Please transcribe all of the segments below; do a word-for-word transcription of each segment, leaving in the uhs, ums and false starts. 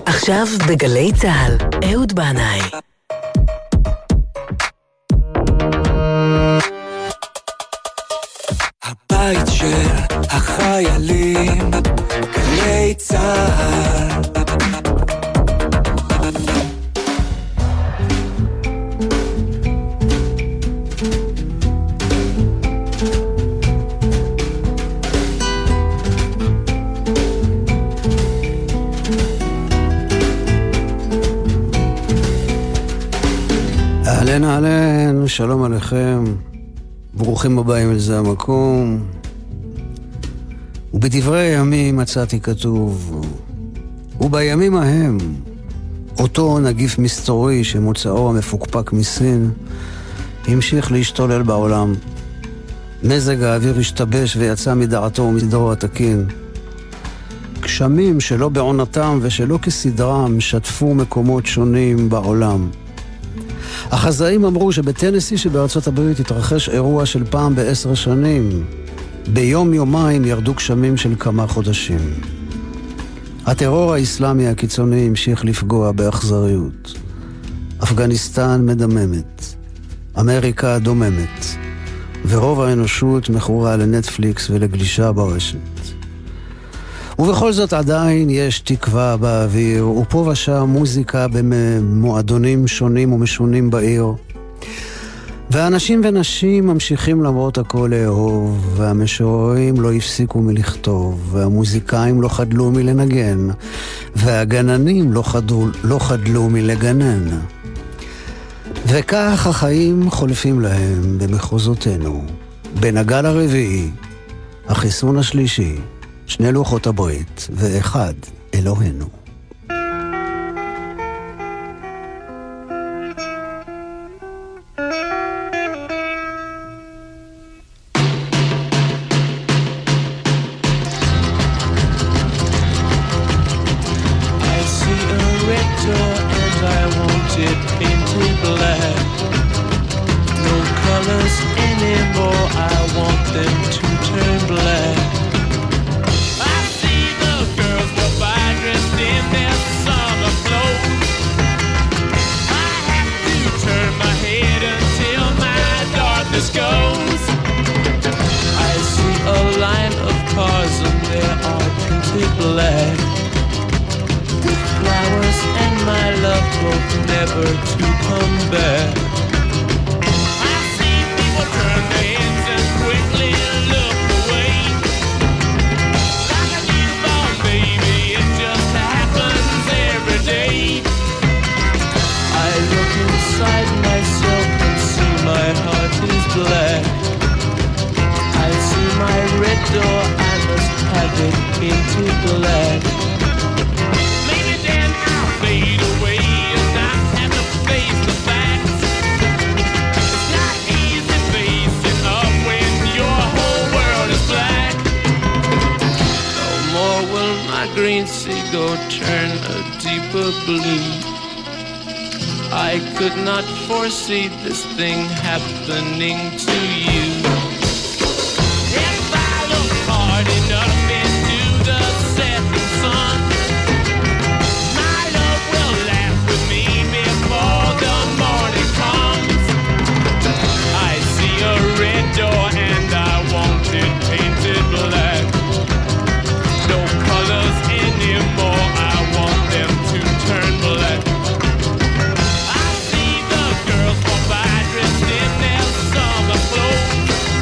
עכשיו בגלי צהל, אהוד בנאי. הבית של החיילים, גלי צהל. אהלן אהלן, שלום עליכם, ברוכים הבאים אל זה המקום. ובדברי הימים מצאתי כתוב, ובימים ההם אותו נגיף מסתורי שמוצאו המפוקפק מסין המשיך להשתולל בעולם. מזג האוויר השתבש ויצא מדעתו ומסדרו התקין. גשמים שלא בעונתם ושלא כסדרם שטפו מקומות שונים בעולם. החזאים אמרו שבטנסי שבארצות הברית התרחש אירוע של פעם בעשר שנים. ביום יומיים ירדו גשמים של כמה חודשים. הטרור האסלאמי הקיצוני המשיך לפגוע באכזריות. אפגניסטן מדממת. אמריקה דוממת. ורוב האנושות מכורה לנטפליקס ולגלישה ברשת. ובכל זאת עדיין יש תקווה באוויר, ופה ושם מוזיקה במועדונים שונים ומשונים בעיר. ואנשים ונשים ממשיכים למרות הכל לאהוב, והמשוררים לא הפסיקו מלכתוב, והמוזיקאים לא חדלו מלנגן, והגננים לא חדלו, לא חדלו מלגנן. וכך החיים חולפים להם במחוזותינו, בין הגל הרביעי, החיסון השלישי, שני לוחות הברית, ואחד אלוהינו. See this thing happening to you. If I look hard enough into the setting sun, my love will laugh with me before the morning comes. I see a red door and I want it painted black. No colors anymore, I want them to turn black. Girls walk by dressed in their summer clothes.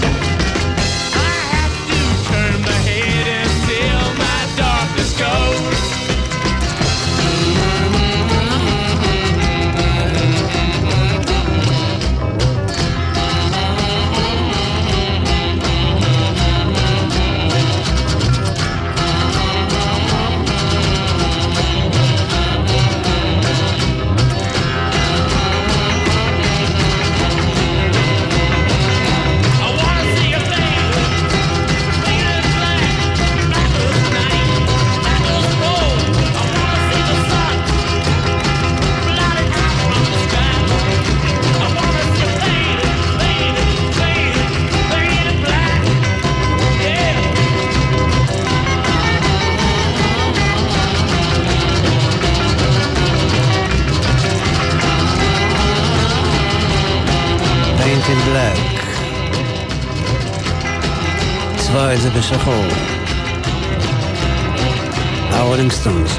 black. צבע את זה בשחור. הרולינג סטונס.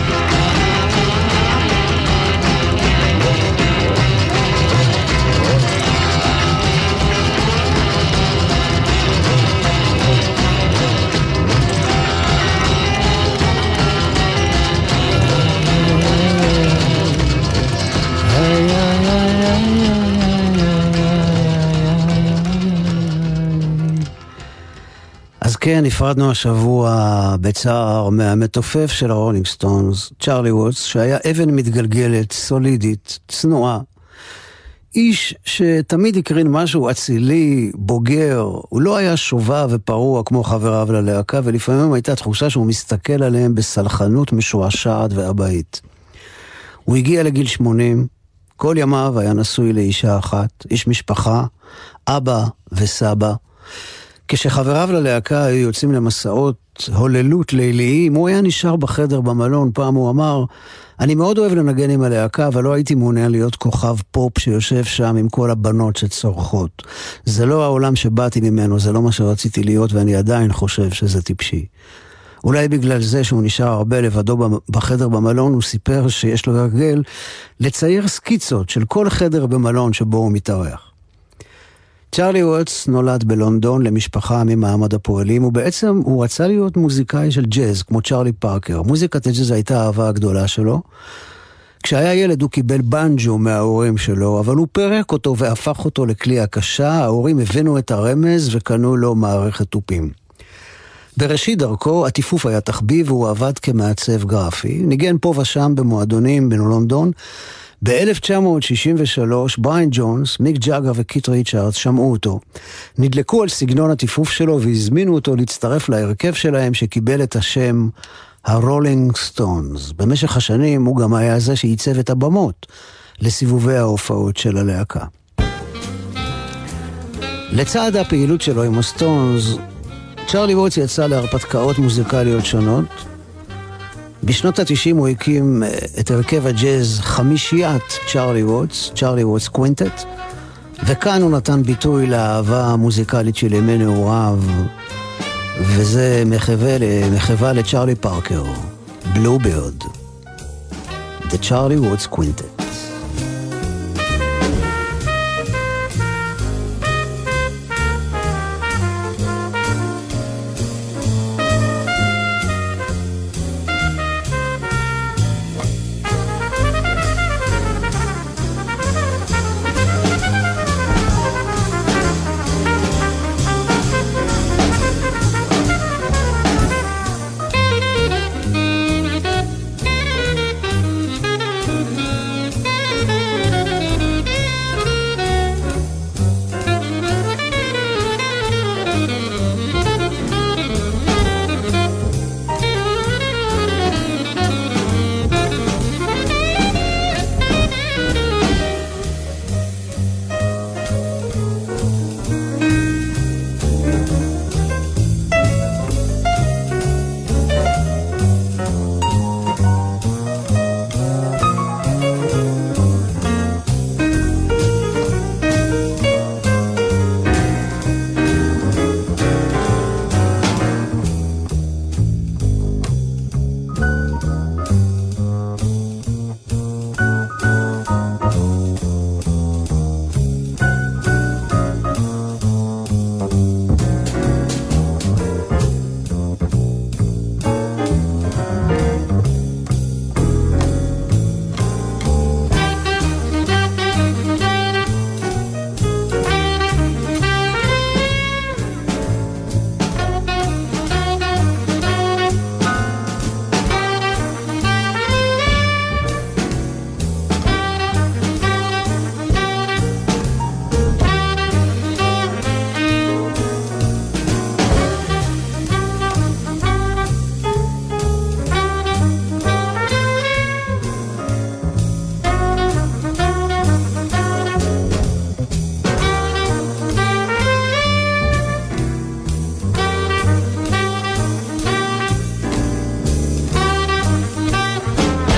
כן, נפרדנו השבוע בצער מהמתופף של הרולינג סטונס, צ'רלי ווטס, שהיה אבן מתגלגלת, סולידית, צנועה. איש שתמיד הקרין משהו אצילי, בוגר, הוא לא היה שובע ופרוע כמו חבריו ללהקה, ולפעמים הייתה תחושה שהוא מסתכל עליהם בסלחנות משועשעת ואבאית. הוא הגיע לגיל שמונים, כל ימיו היה נשוי לאישה אחת, איש משפחה, אבא וסבא. כשחבריו ללהקה היו יוצאים למסעות הוללות ליליים, הוא היה נשאר בחדר במלון. פעם הוא אמר, אני מאוד אוהב לנגן עם הלהקה, אבל לא הייתי מעוניין להיות כוכב פופ שיושב שם עם כל הבנות שצורכות. זה לא העולם שבאתי ממנו, זה לא מה שרציתי להיות, ואני עדיין חושב שזה טיפשי. אולי בגלל זה שהוא נשאר הרבה לבדו בחדר במלון, הוא סיפר שיש לו הרגל לצייר סקיצות של כל חדר במלון שבו הוא מתארח. צ'רלי ווטס נולד בלונדון למשפחה ממעמד הפועלים, ובעצם הוא רצה להיות מוזיקאי של ג'אז, כמו צ'רלי פארקר. מוזיקת הג'אז הייתה האהבה הגדולה שלו. כשהיה ילד הוא קיבל בנג'ו מההורים שלו, אבל הוא פרק אותו והפך אותו לכלי הקשה. ההורים הבינו את הרמז וקנו לו מערכת טופים. בראשית דרכו הטיפוף היה תחביב והוא עבד כמעצב גרפי. ניגן פה ושם במועדונים בלונדון. ב-אלף תשע מאות שישים ושלוש בריין ג'ונס, מיק ג'אגר וקיט ריצ'רדס שמעו אותו. נדלקו על סגנון הטיפוף שלו והזמינו אותו להצטרף להרכב שלהם שקיבל את השם הרולינג סטונס. במשך השנים הוא גם היה זה שייצב את הבמות לסיבובי ההופעות של הלהקה. לצד הפעילות שלו עם הסטונס, צ'רלי ווטס יצא להרפתקאות מוזיקליות שונות. בשנות ה-תשעים הוא הקים את הרכב הג'אז חמישיית צ'רלי ווטס, צ'רלי ווטס קווינטט, וכאן הוא נתן ביטוי לאהבה המוזיקלית של ימי נעוריו, וזה מחווה, מחווה לצ'רלי פארקר, בלובירד, The Charlie Watts Quintet.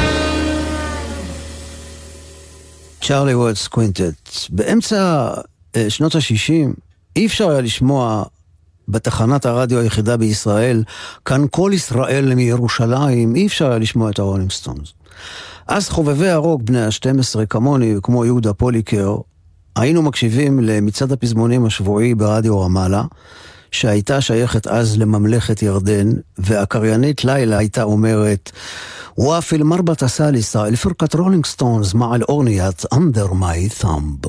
צ'רלי ווטס קווינטט. באמצע שנות ה-שישים, אי אפשר היה לשמוע בתחנת הרדיו היחידה בישראל, כאן כל ישראל מירושלים, אי אפשר היה לשמוע את הרולינג סטונס. אז חובבי הרוק בני ה-שתים עשרה כמוני, כמו יהודה פוליקר, היינו מקשיבים למצעד הפזמונים השבועי ברדיו רמאללה, שהייתה שייכת אז לממלכת ירדן, והקריינית לילה הייתה אומרת, وفي المربط الثالثة لفرقة رولينج ستونز مع الأغنية Under My Thumb.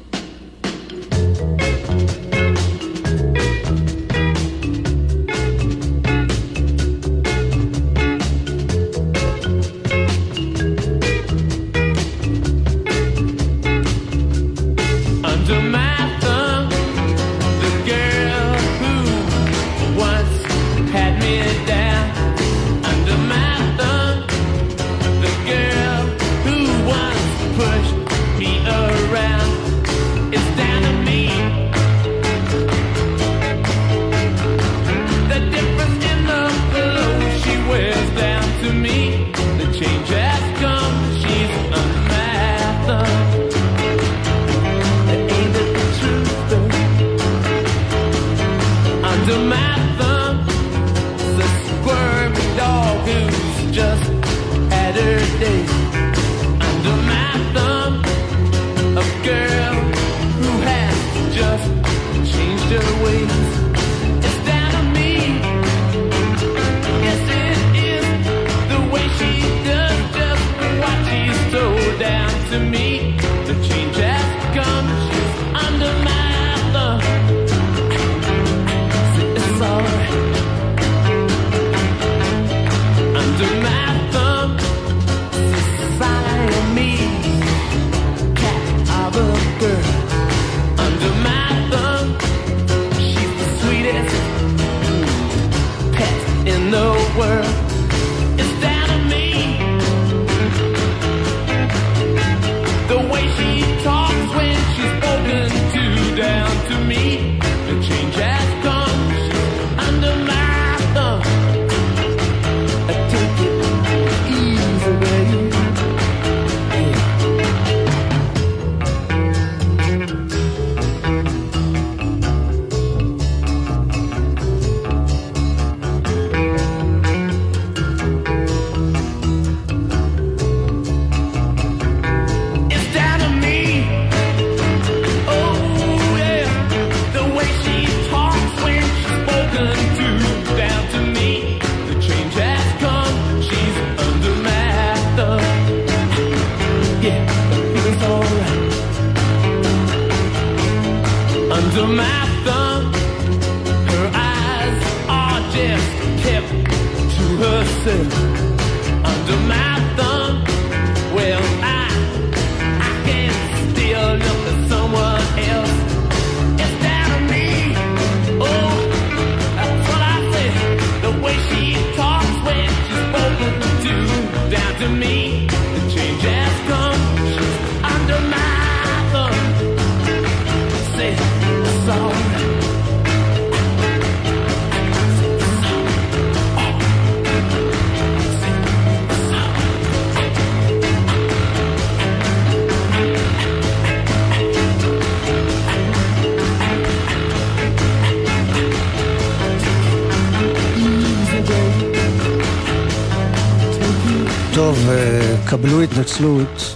טוב, קבלו התנצלות.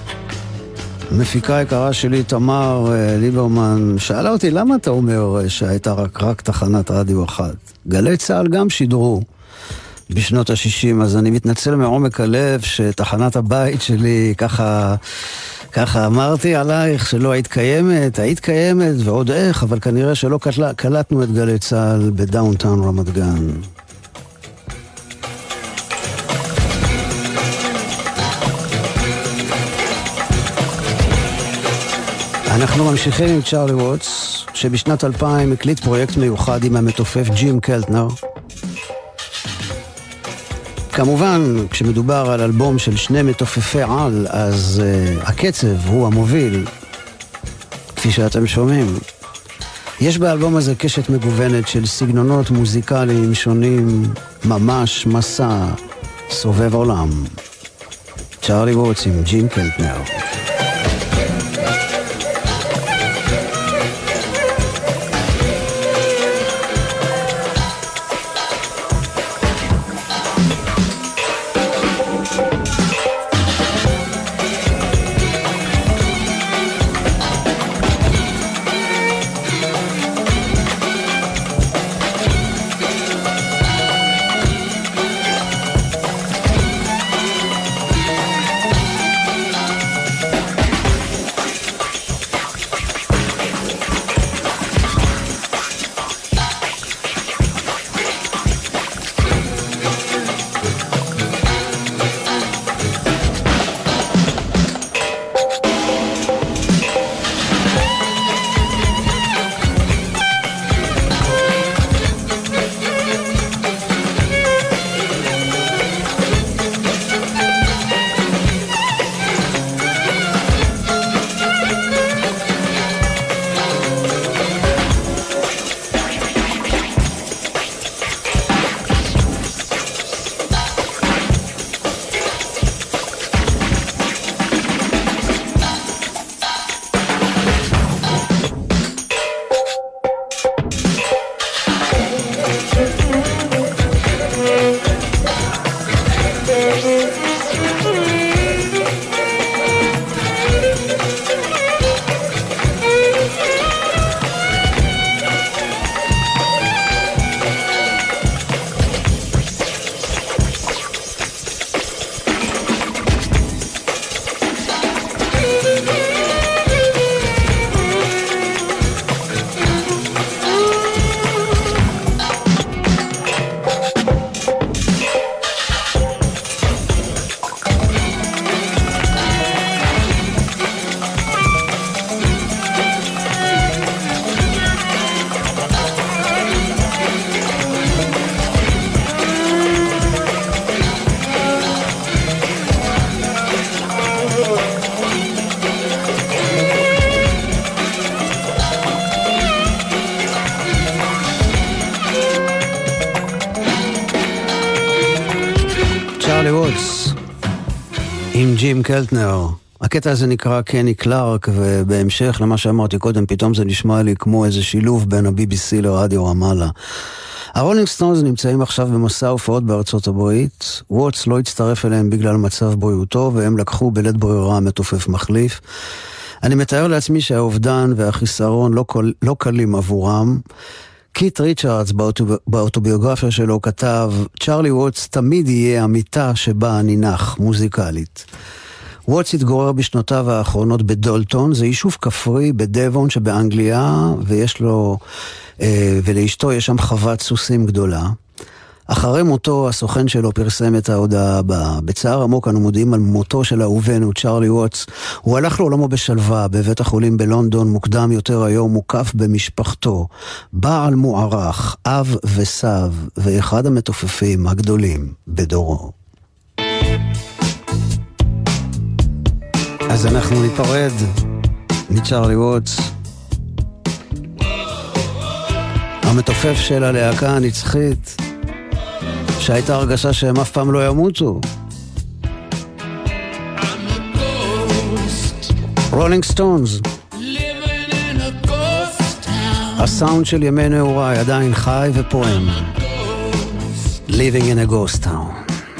מפיקה יקרה שלי, תמר ליברמן, שאלה אותי, למה אתה אומר שהייתה רק, רק תחנת רדיו אחת? גלי צהל גם שידרו בשנות ה-שישים, אז אני מתנצל מעומק הלב שתחנת הבית שלי, ככה, ככה אמרתי עלייך שלא היית קיימת, היית קיימת ועוד איך, אבל כנראה שלא קלטנו את גלי צהל בדאונטאון רמת גן. אנחנו ממשיכים עם צ'ארלי ווטס, שבשנת אלפיים הקליט פרויקט מיוחד עם המתופף ג'ים קלטנר. כמובן, כשמדובר על אלבום של שני מתופפי על, אז uh, הקצב הוא המוביל, כפי שאתם שומעים. יש באלבום הזה קשת מגוונת של סגנונות מוזיקליים שונים, ממש מסע סובב עולם. צ'ארלי ווטס עם ג'ים קלטנר. עם ג'ים קלטנר. הקטע הזה נקרא קני קלארק, ובהמשך למה שאמרתי קודם, פתאום זה נשמע לי כמו איזה שילוב בין ה-בי בי סי לרדיו רמאללה. הרולינג סטונס נמצאים עכשיו במסע הופעות בארצות הברית. ווטס לא הצטרף אליהם בגלל מצב בריאותו, והם לקחו בלית ברירה מתופף מחליף. אני מתאר לעצמי שהאובדן והחיסרון לא, קול, לא קלים עבורם. קית' ריצ'רדס באוטוביוגרפיה שלו כתב, צ'רלי ווטס תמיד יהיה המיטה שבה אני נח, מוזיקלית. ווטס התגורר בשנותיו האחרונות בדולטון, זה יישוב כפרי בדבון שבאנגליה, ויש לו, ולאשתו יש שם חוות סוסים גדולה. אחרי מותו, הסוכן שלו פרסם את ההודעה הבאה. בצער עמוק אנו מודיעים על מותו של אהובנו, צ'רלי ווטס. הוא הלך לעולמו בשלווה, בבית החולים בלונדון, מוקדם יותר היום, מוקף במשפחתו. בעל מוערך, אב וסב, ואחד המתופפים הגדולים בדורו. אז אנחנו ניפרד מצ'רלי ווטס, המתופף של הלהקה הנצחית, שהייתה הרגשה שהם אף פעם לא ימותו. רולינג סטונס, הסאונד של ימי נעוריי עדיין חי ופועם. Living in a ghost town.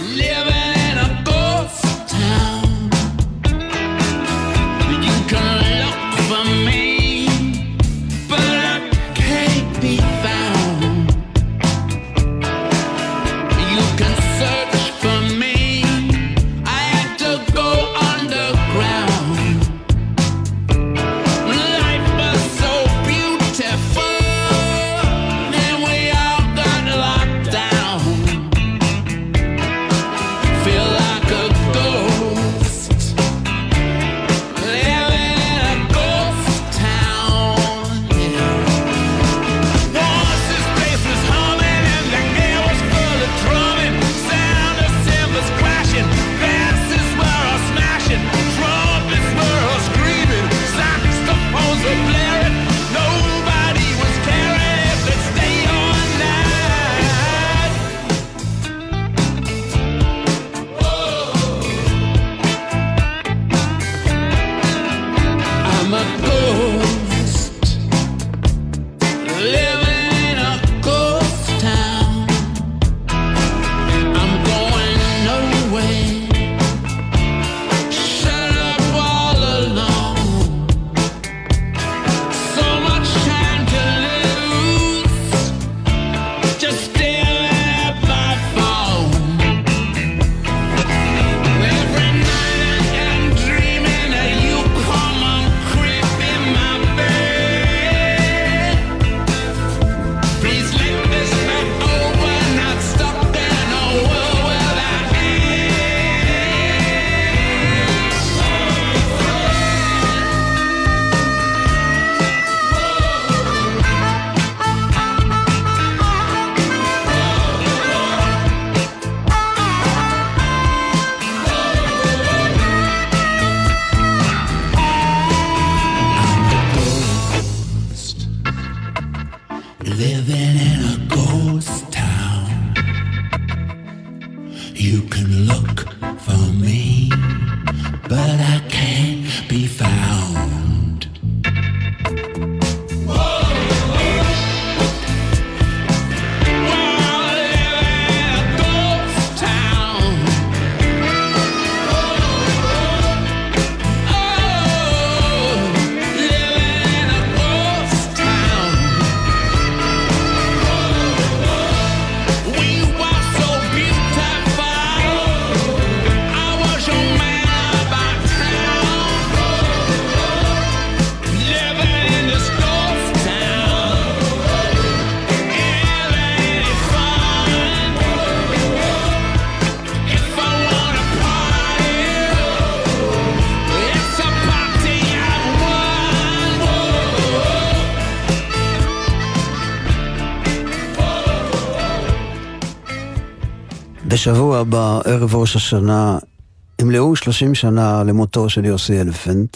בשבוע הבא, ערב ראש השנה, ימלאו שלושים שנה למותו של יוסי אלפנט.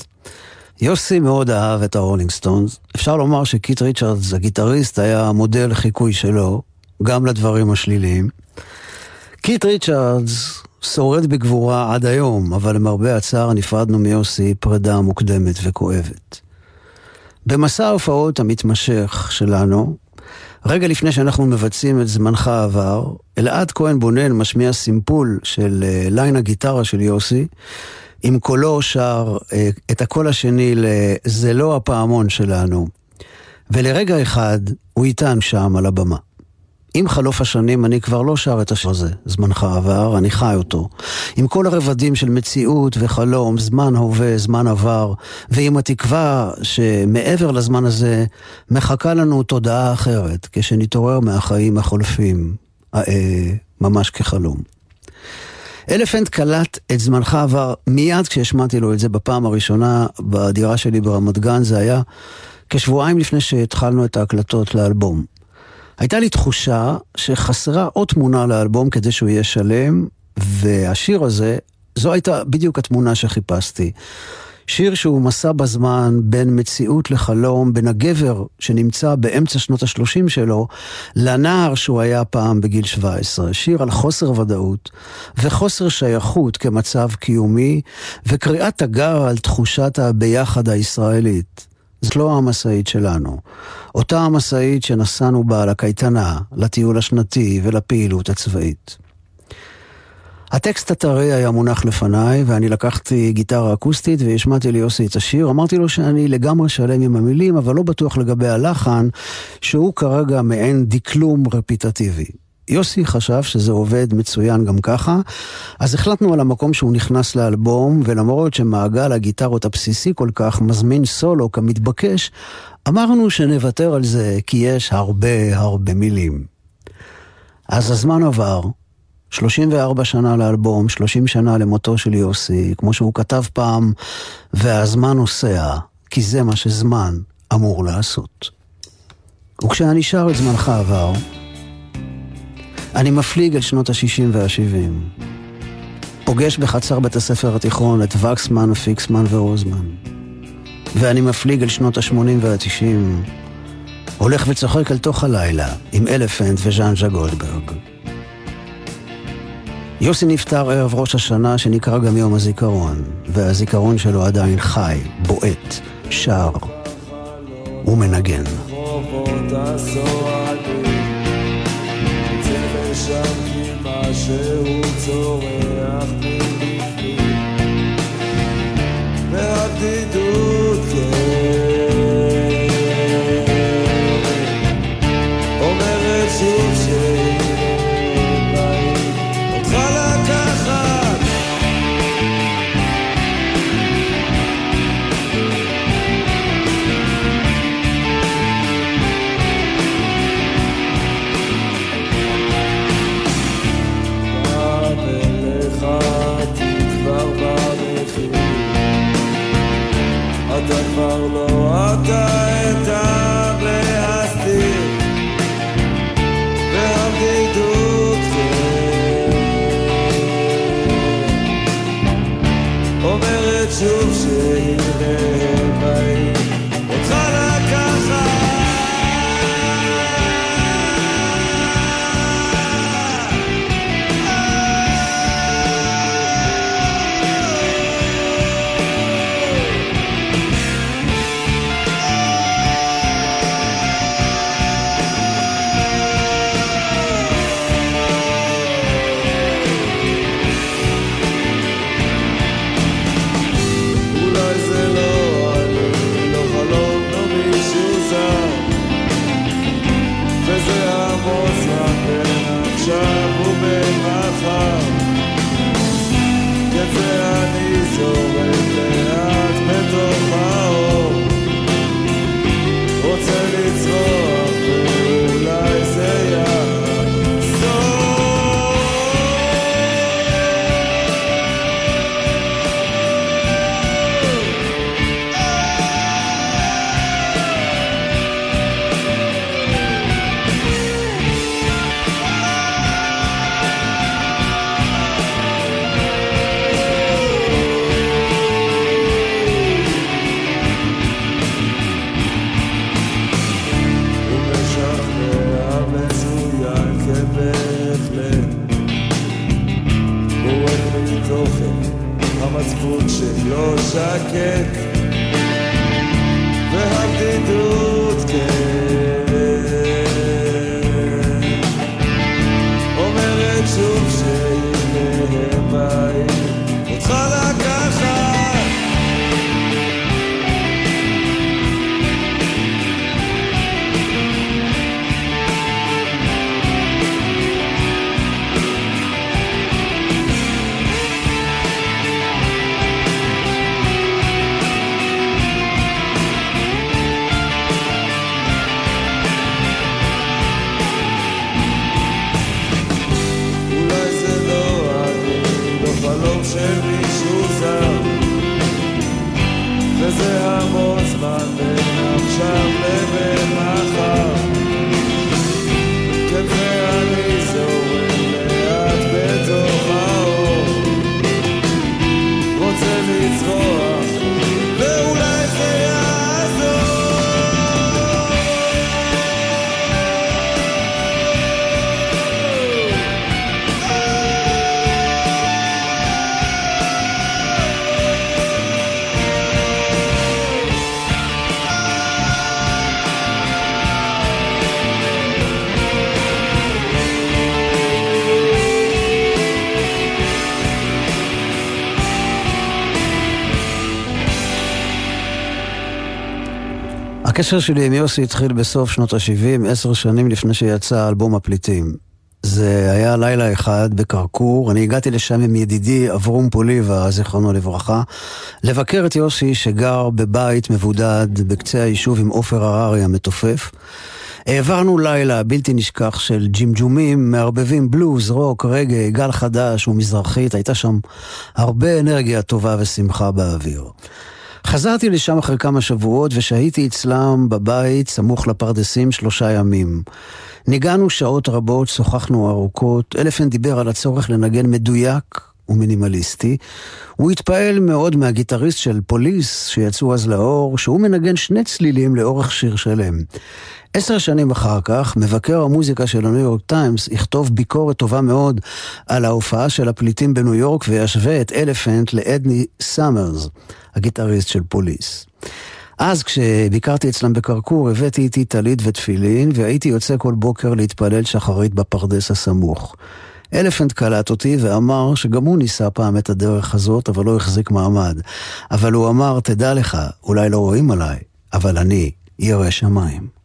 יוסי מאוד אהב את הרולינג סטונס. אפשר לומר שקית' ריצ'רדס, הגיטריסט, היה מודל חיקוי שלו, גם לדברים השליליים. קית' ריצ'רדס שורד בגבורה עד היום, אבל למרבה הצער נפרדנו מיוסי פרידה מוקדמת וכואבת. במסע ההופעות המתמשך שלנו, רגע לפני שאנחנו מבצעים את זמנך עבר, אלעד כהן בונן משמיע סימפול של ליין הגיטרה של יוסי, עם קולו שר את הקול השני ל"זה לא הפעמון שלנו", ולרגע אחד הוא איתן שם על הבמה. עם חלוף השנים אני כבר לא שר את השיר הזה, זמנך עבר, אני חי אותו. עם כל הרבדים של מציאות וחלום, זמן הווה, זמן עבר, ועם התקווה שמעבר לזמן הזה מחכה לנו תודעה אחרת, כשנתעורר מהחיים החולפים, אה, ממש כחלום. אלפנט קלט את זמנך עבר מיד כשהשמעתי לו את זה בפעם הראשונה בדירה שלי ברמת גן, זה היה כשבועיים לפני שהתחלנו את ההקלטות לאלבום. הייתה לי תחושה שחסרה עוד תמונה לאלבום כדי שהוא יהיה שלם, והשיר הזה, זו הייתה בדיוק התמונה שחיפשתי. שיר שהוא מסע בזמן בין מציאות לחלום, בין הגבר שנמצא באמצע שנות השלושים שלו, לנער שהוא היה פעם בגיל שבע עשרה. שיר על חוסר ודאות וחוסר שייכות כמצב קיומי, וקריאת תגר על תחושת הביחד הישראלית. זאת לא המסעית שלנו. אותה המסעית שנסענו בה לקייטנה, לטיול השנתי ולפעילות הצבאית. הטקסט הטרי היה מונח לפניי, ואני לקחתי גיטרה אקוסטית והשמעתי ליוסי את השיר. אמרתי לו שאני לגמרי שלם עם המילים, אבל לא בטוח לגבי הלחן, שהוא כרגע מעין דקלום רפיטטיבי. יוסי חשב שזה עובד מצוין גם ככה, אז החלטנו על המקום שהוא נכנס לאלבום, ולמרות שמעגל הגיטרות הבסיסי כל כך מזמין סולו כמתבקש, אמרנו שנוותר על זה כי יש הרבה הרבה מילים. אז הזמן עבר, שלושים וארבע שנה לאלבום, שלושים שנה למותו של יוסי, כמו שהוא כתב פעם, והזמן נוסע, כי זה מה שזמן אמור לעשות. וכשאני שר את זמנך עבר, אני מפליג אל שנות ה-שישים וה-שבעים. פוגש בחצר בית הספר התיכון את וקסמן, פיקסמן ורוזמן. ואני מפליג אל שנות ה-שמונים וה-תשעים. הולך וצוחק אל תוך הלילה עם אלפנט וז'אנג'ה גולדברג. יוסי נפטר ערב ראש השנה שנקרא גם יום הזיכרון, והזיכרון שלו עדיין חי, בועט, שר ומנגן. שם כי משהו צורח מבפנים והבדידות כן אומרת שוב שהיא באים אותך לקחת אתה כבר לא אתה את להסתיר והבדידות אומרת שוב שהנה באים אותך לקחת אולי זה לא אני המצפון שלא שקט והבדידות כן אומרת שוב שהנה בית אותך לקחת של מישהו זר וזה המון זמן בין עכשיו לבין מחר כן זה אני זורם לאט בתוך האור רוצה לצרוח ואולי זה יעזור הקשר שלי עם יוסי התחיל בסוף שנות ה-שבעים, עשר שנים לפני שיצא אלבום הפליטים. זה היה לילה אחד בקרקור, אני הגעתי לשם עם ידידי אברום פוליבה, זיכרונו לברכה, לבקר את יוסי שגר בבית מבודד בקצה היישוב עם עופר הררי המתופף. העברנו לילה בלתי נשכח של ג'ימג'ומים, מערבבים בלוז, רוק, רגע, גל חדש ומזרחית, הייתה שם הרבה אנרגיה טובה ושמחה באוויר. חזרתי לשם אחרי כמה שבועות ושהיתי אצלם בבית סמוך לפרדסים שלושה ימים. ניגענו שעות רבות, שוחחנו ארוכות, אלפנט דיבר על הצורך לנגן מדויק ומינימליסטי. הוא התפעל מאוד מהגיטריסט של פוליס שיצאו אז לאור, שהוא מנגן שני צלילים לאורך שיר שלם. עשר שנים אחר כך, מבקר המוזיקה של הניו יורק טיימס יכתוב ביקורת טובה מאוד על ההופעה של הפליטים בניו יורק וישווה את אלפנט לאדני סאמרס, הגיטריסט של פוליס. אז כשביקרתי אצלם בקרקור, הבאתי איתי טלית ותפילין, והייתי יוצא כל בוקר להתפלל שחרית בפרדס הסמוך. אלפנט קלט אותי ואמר שגם הוא ניסה פעם את הדרך הזאת, אבל לא החזיק מעמד. אבל הוא אמר, תדע לך, אולי לא רואים עליי, אבל אני ירא שמיים.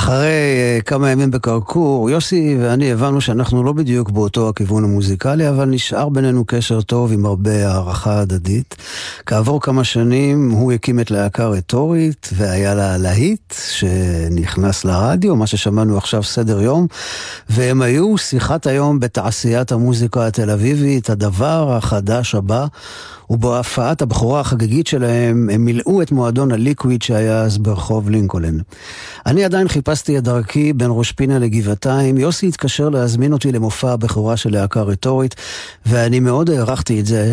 אחרי uh, כמה ימים בקרקור, יוסי ואני הבנו שאנחנו לא בדיוק באותו הכיוון המוזיקלי, אבל נשאר בינינו קשר טוב עם הרבה הערכה הדדית. כעבור כמה שנים הוא הקים את להקה רטורית, והיה לה להיט שנכנס לרדיו, מה ששמענו עכשיו סדר יום, והם היו שיחת היום בתעשיית המוזיקה התל אביבית, הדבר החדש הבא, ובהופעת הבכורה החגיגית שלהם הם מילאו את מועדון הליקוויד שהיה אז ברחוב לינקולן. אני עדיין חיפשתי את דרכי בין ראש פינה לגבעתיים. יוסי התקשר להזמין אותי למופע הבכורה של להקה רטורית, ואני מאוד הערכתי את זה,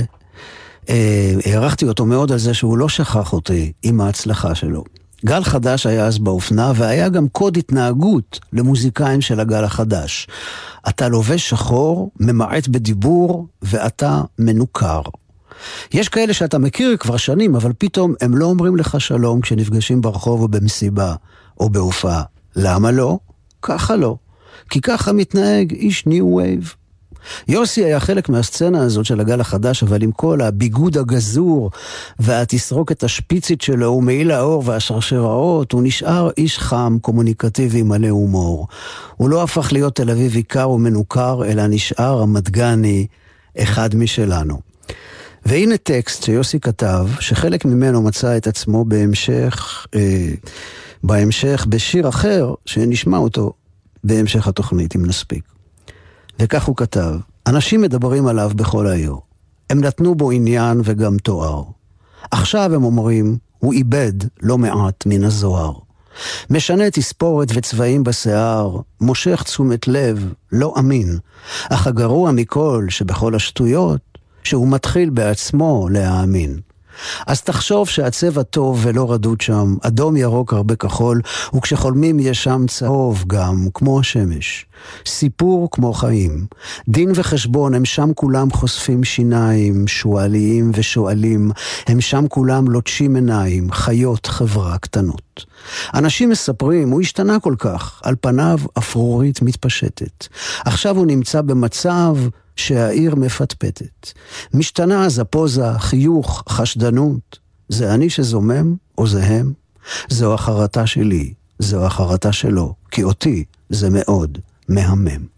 הערכתי אותו מאוד על זה שהוא לא שכח אותי עם ההצלחה שלו. גל חדש היה אז באופנה, והיה גם קוד התנהגות למוזיקאים של הגל החדש. אתה לובש שחור, ממעט בדיבור, ואתה מנוכר. יש כאלה שאתה מכיר כבר שנים, אבל פתאום הם לא אומרים לך שלום כשנפגשים ברחוב או במסיבה או בהופעה. למה לא? ככה לא. כי ככה מתנהג איש ניו וייב. יוסי היה חלק מהסצנה הזאת של הגל החדש, אבל עם כל הביגוד הגזור והתסרוקת השפיצית שלו ומעיל האור והשרשראות, הוא נשאר איש חם, קומוניקטיבי, מלא הומור. הוא לא הפך להיות תל אביבי קר ומנוכר, אלא נשאר המדגני, אחד משלנו. והנה טקסט שיוסי כתב, שחלק ממנו מצא את עצמו בהמשך, אה, בהמשך בשיר אחר, שנשמע אותו בהמשך התוכנית, אם נספיק. וכך הוא כתב, אנשים מדברים עליו בכל העיר. הם נתנו בו עניין וגם תואר. עכשיו הם אומרים, הוא איבד לא מעט מן הזוהר. משנה תספורת וצבעים בשיער, מושך תשומת לב, לא אמין. אך הגרוע מכל שבכל השטויות, שהוא מתחיל בעצמו להאמין. אז תחשוב שהצבע טוב ולא רדוד שם, אדום ירוק הרבה כחול, וכשחולמים יש שם צהוב גם, כמו השמש. סיפור כמו חיים. דין וחשבון, הם שם כולם חושפים שיניים, שואליים ושואלים, הם שם כולם לוטשים עיניים, חיות חברה קטנות. אנשים מספרים, הוא השתנה כל כך, על פניו אפרורית מתפשטת. עכשיו הוא נמצא במצב שהעיר מפטפטת. משתנה אז הפוזה, חיוך, חשדנות. זה אני שזומם או זה הם? זו החרטה שלי, זו החרטה שלו, כי אותי זה מאוד מהמם.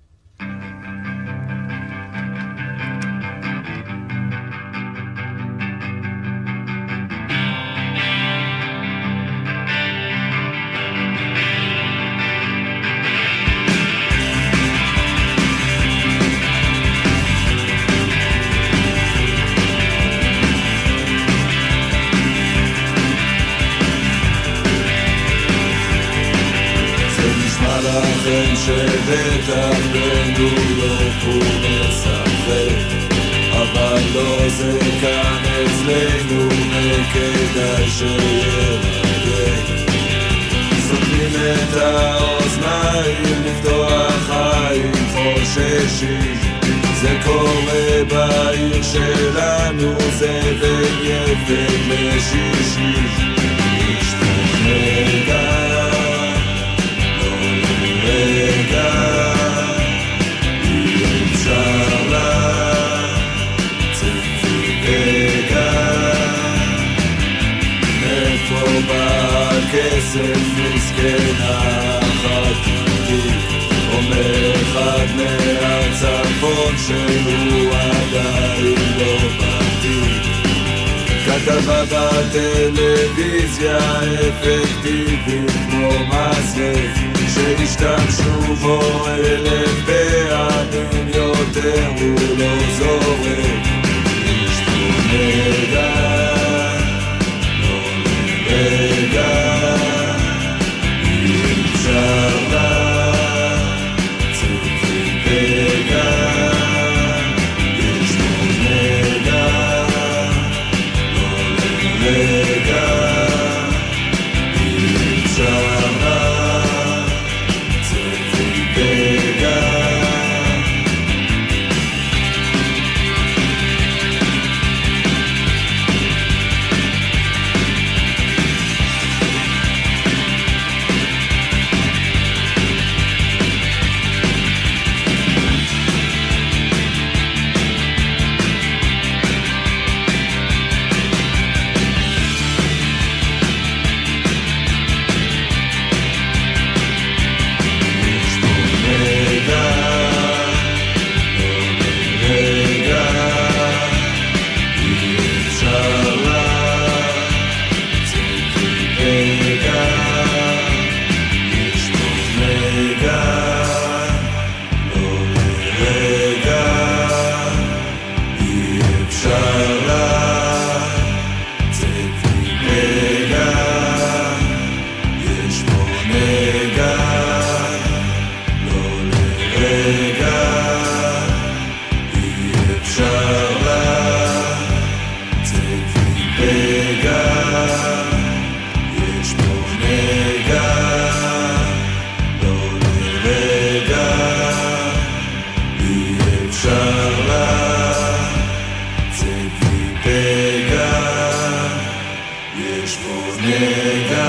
שבטח בנו לא פורס אחר, אבל לא זה כאן אצלנו, וכדאי שירגל. סותמים את האוזניים, לפתוח עין חוששים, זה קורה בעיר שלנו, זה בין יפת לשישי. נשתוך רגע רגע, אי אפשר לה, צפי רגע, איפה בא הכסף מסכנה חתיכית, אומר אחד מהצפון שהוא עדיין לא בתיק. כתבה בטלוויזיה אפקטיבית כמו מזרק, שהשתמשו בו אלף פעמים יותר, הוא לא זורק. יש פה נגע, לא נגע, אי אפשר לה, צריכים רגע. יש פה נגע, לא נגע, אי אפשר לה. אפשר לצאת מרגע, יש בו נגע, לא לרגע, אי אפשר לצאת מרגע, יש בו נגע, לא לרגע, אי אפשר לצאת מרגע, יש בו נגע.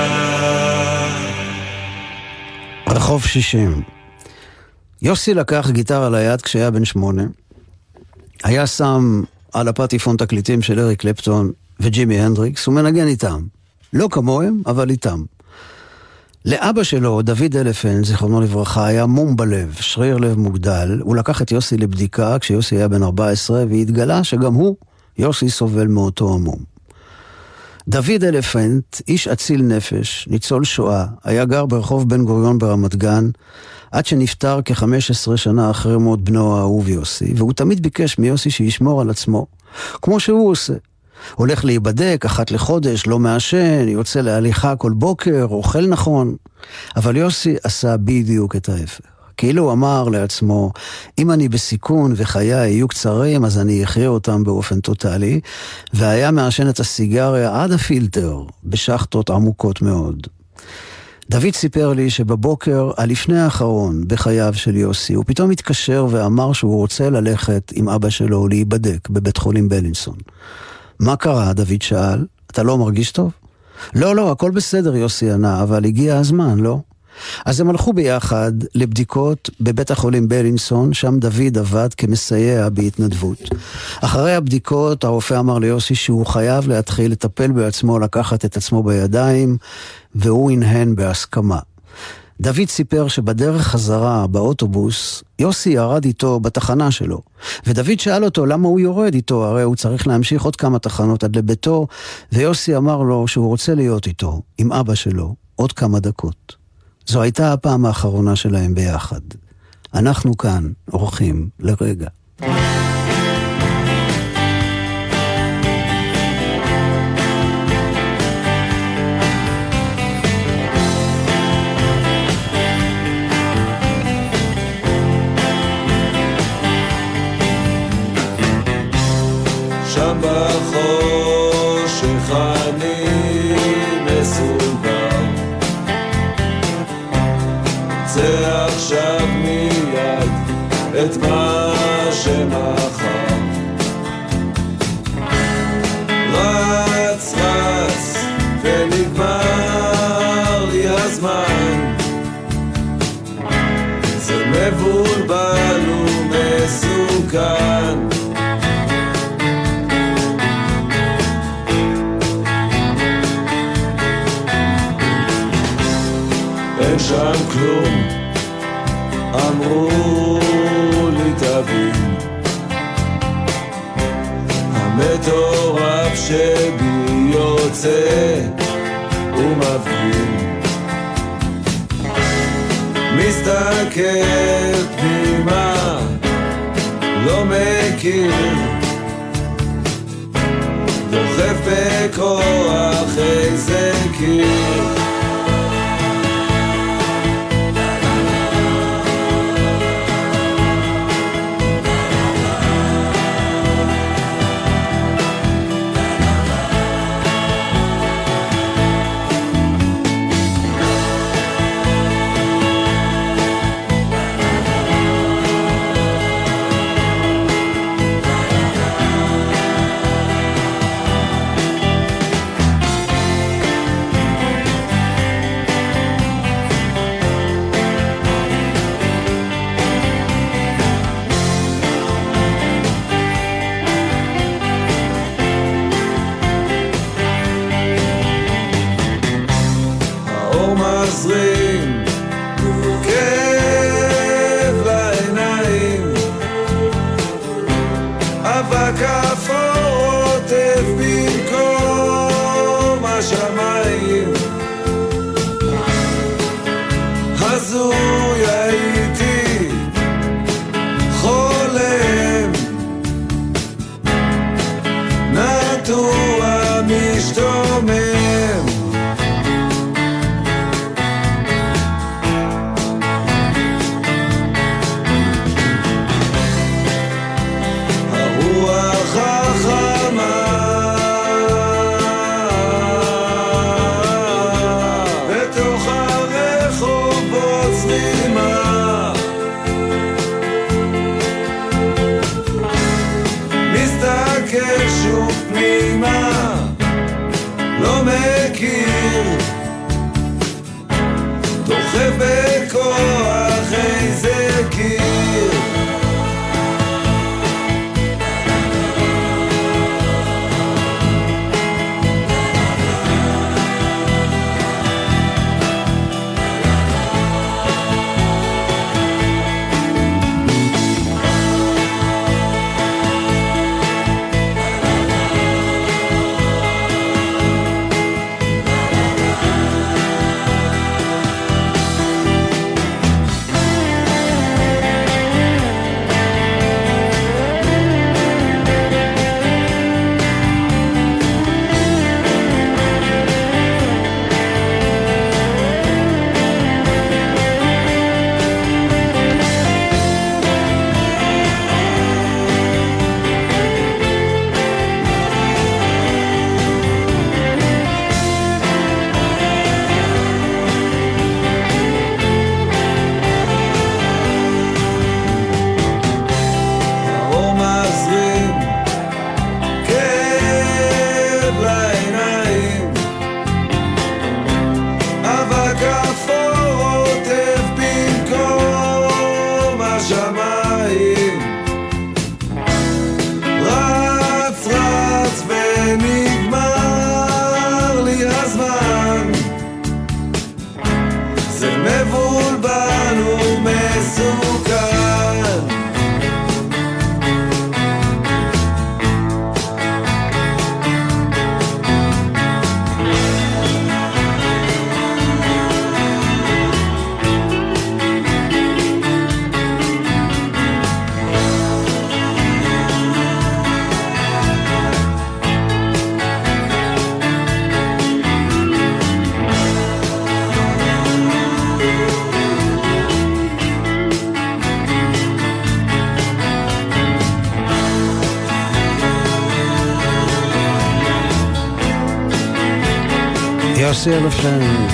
רחוב שישים. יוסי לקח גיטרה ליד כשהיה בן שמונה. היה שם על הפטיפון תקליטים של אריק קלפטון וג'ימי הנדריקס, הוא מנגן איתם. לא כמוהם, אבל איתם. לאבא שלו, דוד אלפן, זיכרונו לברכה, היה מום בלב, שריר לב מוגדל. הוא לקח את יוסי לבדיקה כשיוסי היה בן ארבע עשרה, והתגלה שגם הוא, יוסי, סובל מאותו המום. דוד אלפנט, איש אציל נפש, ניצול שואה, היה גר ברחוב בן גוריון ברמת גן, עד שנפטר כ-חמש עשרה שנה אחרי מות בנו האהוב יוסי, והוא תמיד ביקש מיוסי שישמור על עצמו, כמו שהוא עושה. הולך להיבדק אחת לחודש, לא מעשן, יוצא להליכה כל בוקר, אוכל נכון, אבל יוסי עשה בדיוק את ההפך. כאילו הוא אמר לעצמו, אם אני בסיכון וחיי יהיו קצרים, אז אני אחיה אותם באופן טוטלי, והיה מעשן את הסיגריה עד הפילטר, בשחטות עמוקות מאוד. דוד סיפר לי שבבוקר, הלפני האחרון בחייו של יוסי, הוא פתאום התקשר ואמר שהוא רוצה ללכת עם אבא שלו להיבדק בבית חולים בלינסון. מה קרה? דוד שאל. אתה לא מרגיש טוב? לא, לא, הכל בסדר, יוסי ענה, אבל הגיע הזמן, לא? אז הם הלכו ביחד לבדיקות בבית החולים בלינסון, שם דוד עבד כמסייע בהתנדבות. אחרי הבדיקות הרופא אמר ליוסי שהוא חייב להתחיל לטפל בעצמו, לקחת את עצמו בידיים, והוא הנהן בהסכמה. דוד סיפר שבדרך חזרה באוטובוס, יוסי ירד איתו בתחנה שלו, ודוד שאל אותו למה הוא יורד איתו, הרי הוא צריך להמשיך עוד כמה תחנות עד לביתו, ויוסי אמר לו שהוא רוצה להיות איתו, עם אבא שלו, עוד כמה דקות. זו הייתה הפעם האחרונה שלהם ביחד. אנחנו כאן, אורחים לרגע. שם בחושך אני מסודר, צא עכשיו מיד את מה שמחר. רץ רץ ונגמר לי הזמן, זה מבולבל ומסוכן. אין שם כלום, אמרו לי תבין, המטורף שבי יוצא ומבין, מסתכל פנימה, לא מכיר, דוחף בכוח איזה קיר. קטוע משתומם. הרוח החמה בתוך הרחובות זרימה, מסתכל שוב פנימה, לא מכיר, דוחף בכוח איזה קיר. יוסי אלפנט,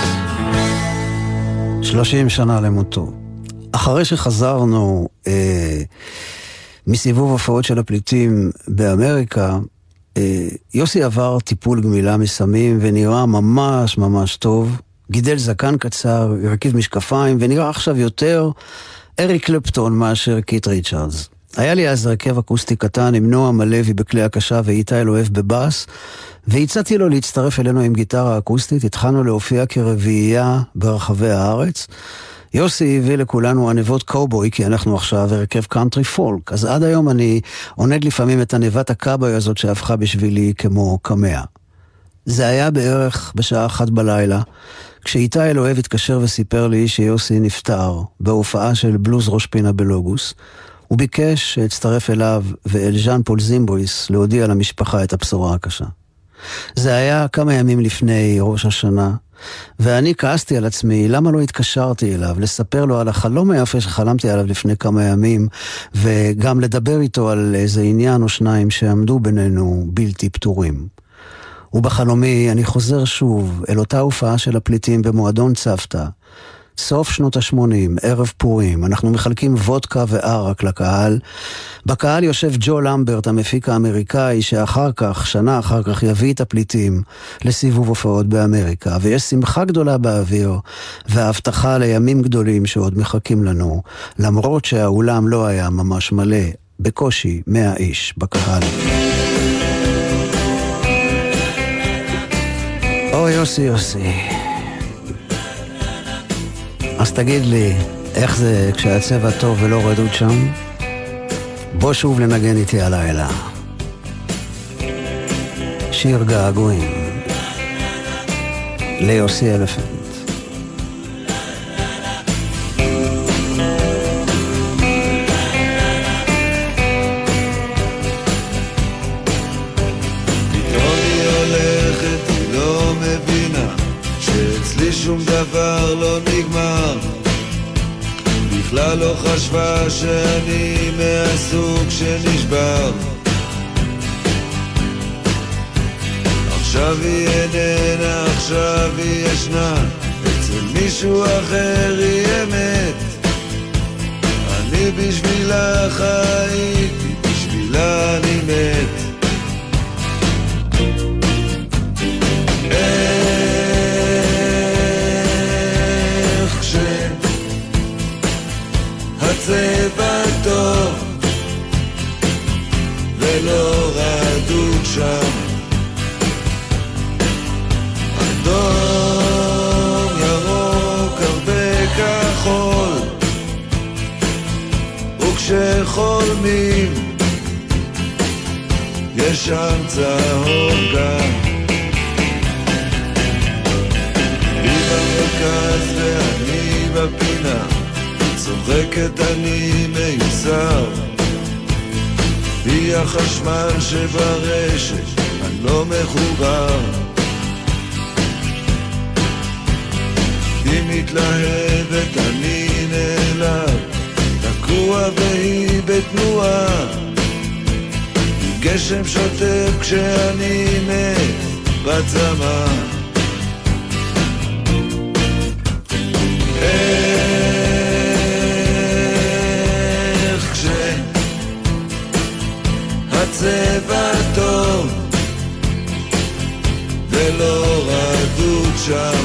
שלושים שנה למותו. אחרי שחזרנו אה, מסיבוב הופעות של הפליטים באמריקה, אה, יוסי עבר טיפול גמילה מסמים ונראה ממש ממש טוב. גידל זקן קצר, הרכיב משקפיים, ונראה עכשיו יותר אריק קלפטון מאשר קית' ריצ'רדס. היה לי אז הרכב אקוסטי קטן עם נועם הלוי בכלי הקשה ואיתי אלוהב בבאס, והצעתי לו להצטרף אלינו עם גיטרה אקוסטית. התחלנו להופיע כרביעייה ברחבי הארץ. יוסי הביא לכולנו ענבות קובוי, כי אנחנו עכשיו הרכב קאנטרי פולק, אז עד היום אני עונד לפעמים את ענבת הקאבוי הזאת שהפכה בשבילי כמו קמע. זה היה בערך בשעה אחת בלילה, כשאיתי אלוהב התקשר וסיפר לי שיוסי נפטר בהופעה של בלוז ראש פינה בלוגוס. הוא ביקש שהצטרף אליו ואל ז'אן פול זימבויס להודיע למשפחה את הבשורה הקשה. זה היה כמה ימים לפני ראש השנה, ואני כעסתי על עצמי למה לא התקשרתי אליו, לספר לו על החלום היפה שחלמתי עליו לפני כמה ימים, וגם לדבר איתו על איזה עניין או שניים שעמדו בינינו בלתי פתורים. ובחלומי אני חוזר שוב אל אותה הופעה של הפליטים במועדון צוותא, סוף שנות ה-שמונים, ערב פורים, אנחנו מחלקים וודקה וערק לקהל. בקהל יושב ג'ו למברט, המפיק האמריקאי, שאחר כך, שנה אחר כך, יביא את הפליטים לסיבוב הופעות באמריקה, ויש שמחה גדולה באוויר, וההבטחה לימים גדולים שעוד מחכים לנו, למרות שהאולם לא היה ממש מלא, בקושי מאה איש בקהל. או יוסי יוסי, אז תגיד לי, איך זה כשהצבע טוב ולא רדוד שם? בוא שוב לנגן איתי הלילה. שיר געגועים ליוסי אלפנט. שום דבר לא נגמר, בכלל לא חשבה שאני מהסוג שנשבר. עכשיו היא איננה, עכשיו היא ישנה, אצל מישהו אחר היא אמת. אני בשבילה חייתי, בשבילה אני מת. איך כשהצבע טוב ולא רדוד שם, אדום ירוק הרבה כחול, וכשחולמים יש שם צהוב גם. היא במרכז ואני בפינה, צוחקת אני מיוסר, היא החשמל שברשת, אני לא מחובר. היא מתלהבת, אני נעלב, תקוע והיא בתנועה, גשם שוטף כשאני מת בצמא. איך כשהצבע טוב ולא רדוד שם,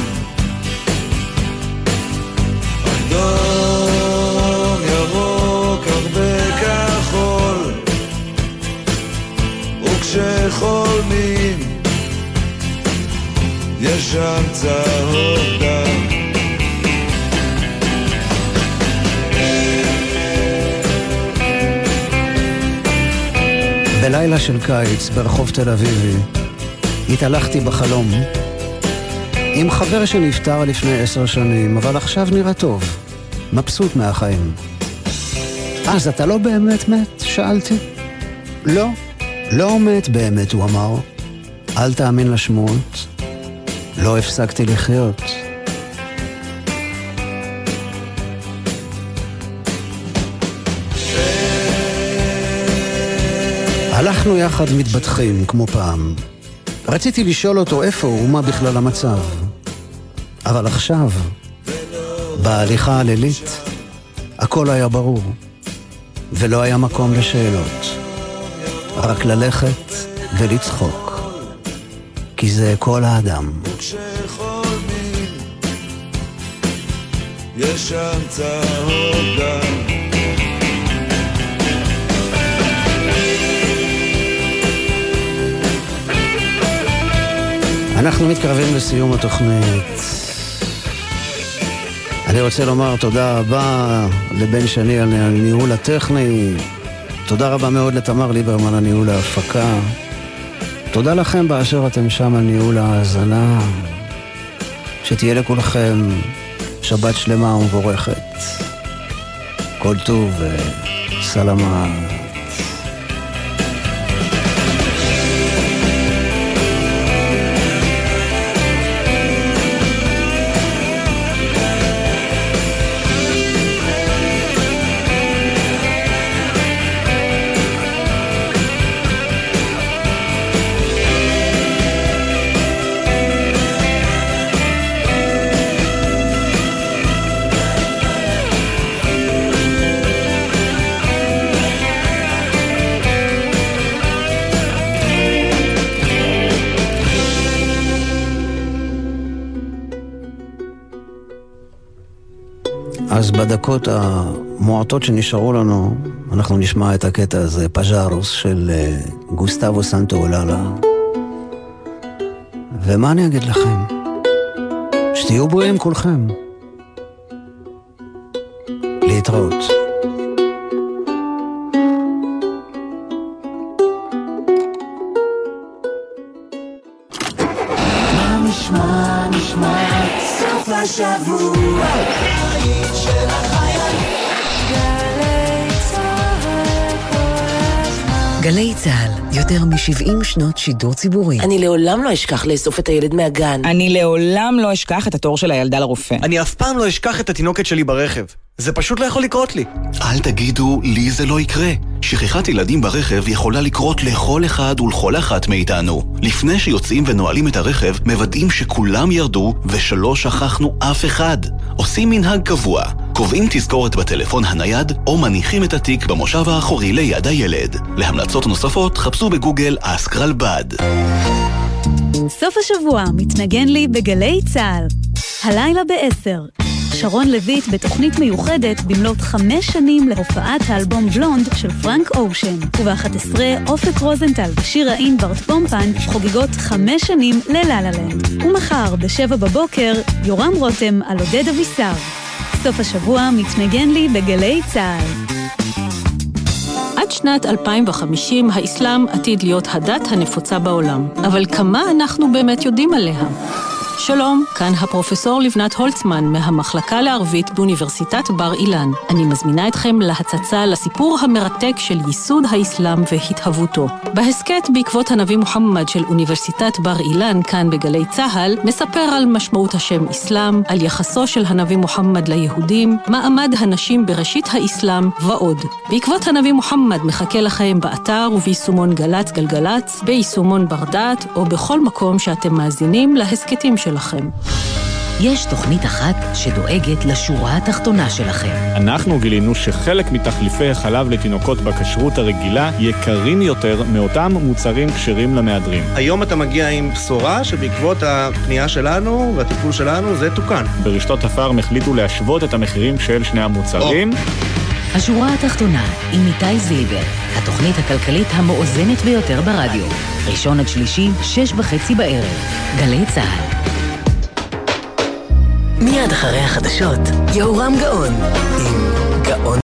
אדום ירוק הרבה כחול, וכשחולמים יש שם צהוב דם. בלילה של קיץ ברחוב תל אביבי התהלכתי בחלום עם חבר שנפטר לפני עשר שנים, אבל עכשיו נראה טוב, מבסוט מהחיים. אז אתה לא באמת מת? שאלתי. לא, לא מת באמת, הוא אמר. אל תאמין לשמועות, לא הפסקתי לחיות. הלכנו יחד מתבטחים כמו פעם. רציתי לשאול אותו איפה הוא ומה בכלל המצב. אבל עכשיו, בהליכה הלילית, הכל היה ברור, ולא היה מקום לשאלות. רק ללכת ולצחוק, כי זה כל האדם. וכשחולמים יש שם צהוב דם. אנחנו מתקרבים לסיום התוכנית. אני רוצה לומר תודה רבה לבן שני על הניהול הטכני. תודה רבה מאוד לתמר ליברמן על ניהול ההפקה. תודה לכם באשר אתם שם על ניהול ההאזנה. שתהיה לכולכם שבת שלמה ומבורכת. כל טוב וסלמה. אז בדקות המועטות שנשארו לנו, אנחנו נשמע את הקטע הזה, פז'רוס של גוסטבו סנטאוללה. ומה אני אגיד לכם? שתהיו בריאים כולכם. להתראות. מה נשמע, נשמע סוף השבוע היית של החיילים. גלי צהל כל הזמן. גלי צהל, יותר מ-שבעים שנות שידור ציבורי. אני לעולם לא אשכח לאסוף את הילד מהגן. אני לעולם לא אשכח את התור של הילדה לרופא. אני אף פעם לא אשכח את התינוקת שלי ברכב. זה פשוט לא יכול לקרות לי. אל תגידו, לי זה לא יקרה. שכחת ילדים ברכב יכולה לקרות לכל אחד ולכל אחת מאיתנו. לפני שיוצאים ונועלים את הרכב, מוודאים שכולם ירדו ושלא שכחנו אף אחד. עושים מנהג קבוע. קובעים תזכורת בטלפון הנייד או מניחים את התיק במושב האחורי ליד הילד. להמלצות נוספות חפשו בגוגל אסק רלב"ד. סוף השבוע מתנגן לי בגלי צהל. הלילה בעשר. שרון לויט בתוכנית מיוחדת במלות חמש שנים להופעת האלבום בלונד של פרנק אושן. וב-אחת עשרה אופק רוזנטל ושירה אינברט פומפן חוגגות חמש שנים ללללנד. ומחר בשבע בבוקר יורם רותם על עודד אבישר. סוף השבוע מתנגן לי בגלי צהל. עד שנת אלפיים וחמישים האסלאם עתיד להיות הדת הנפוצה בעולם. אבל כמה אנחנו באמת יודעים עליה? שלום, כאן הפרופסור לבנת הולצמן מהמחלקה לערבית באוניברסיטת בר אילן. אני מזמינה אתכם להצצה לסיפור המרתק של ייסוד האסלאם והתהוותו. בהסקט בעקבות הנביא מוחמד של אוניברסיטת בר אילן, כאן בגלי צהל, נספר על משמעות השם אסלאם, על יחסו של הנביא מוחמד ליהודים, מעמד הנשים בראשית האסלאם ועוד. בעקבות הנביא מוחמד מחכה לכם באתר וביישומון גלץ גלגלץ, ביישומון בר דעת או בכל מקום שאתם מאזינים להסקטים שלכם. יש תוכנית אחת שדואגת לשורה התחתונה שלכם. אנחנו גילינו שחלק מתחליפי החלב לתינוקות בכשרות הרגילה יקרים יותר מאותם מוצרים כשרים למהדרים. היום אתה מגיע עם בשורה שבעקבות הפנייה שלנו והטיפול שלנו זה תוקן. ברשתות הפארם החליטו להשוות את המחירים של שני המוצרים. השורה התחתונה עם איתי זילבר, התוכנית הכלכלית המאוזנת ביותר ברדיו. ראשון עד שלישי, שש וחצי בערב. גלי צהל. מיד אחרי החדשות, יהורם גאון עם גאון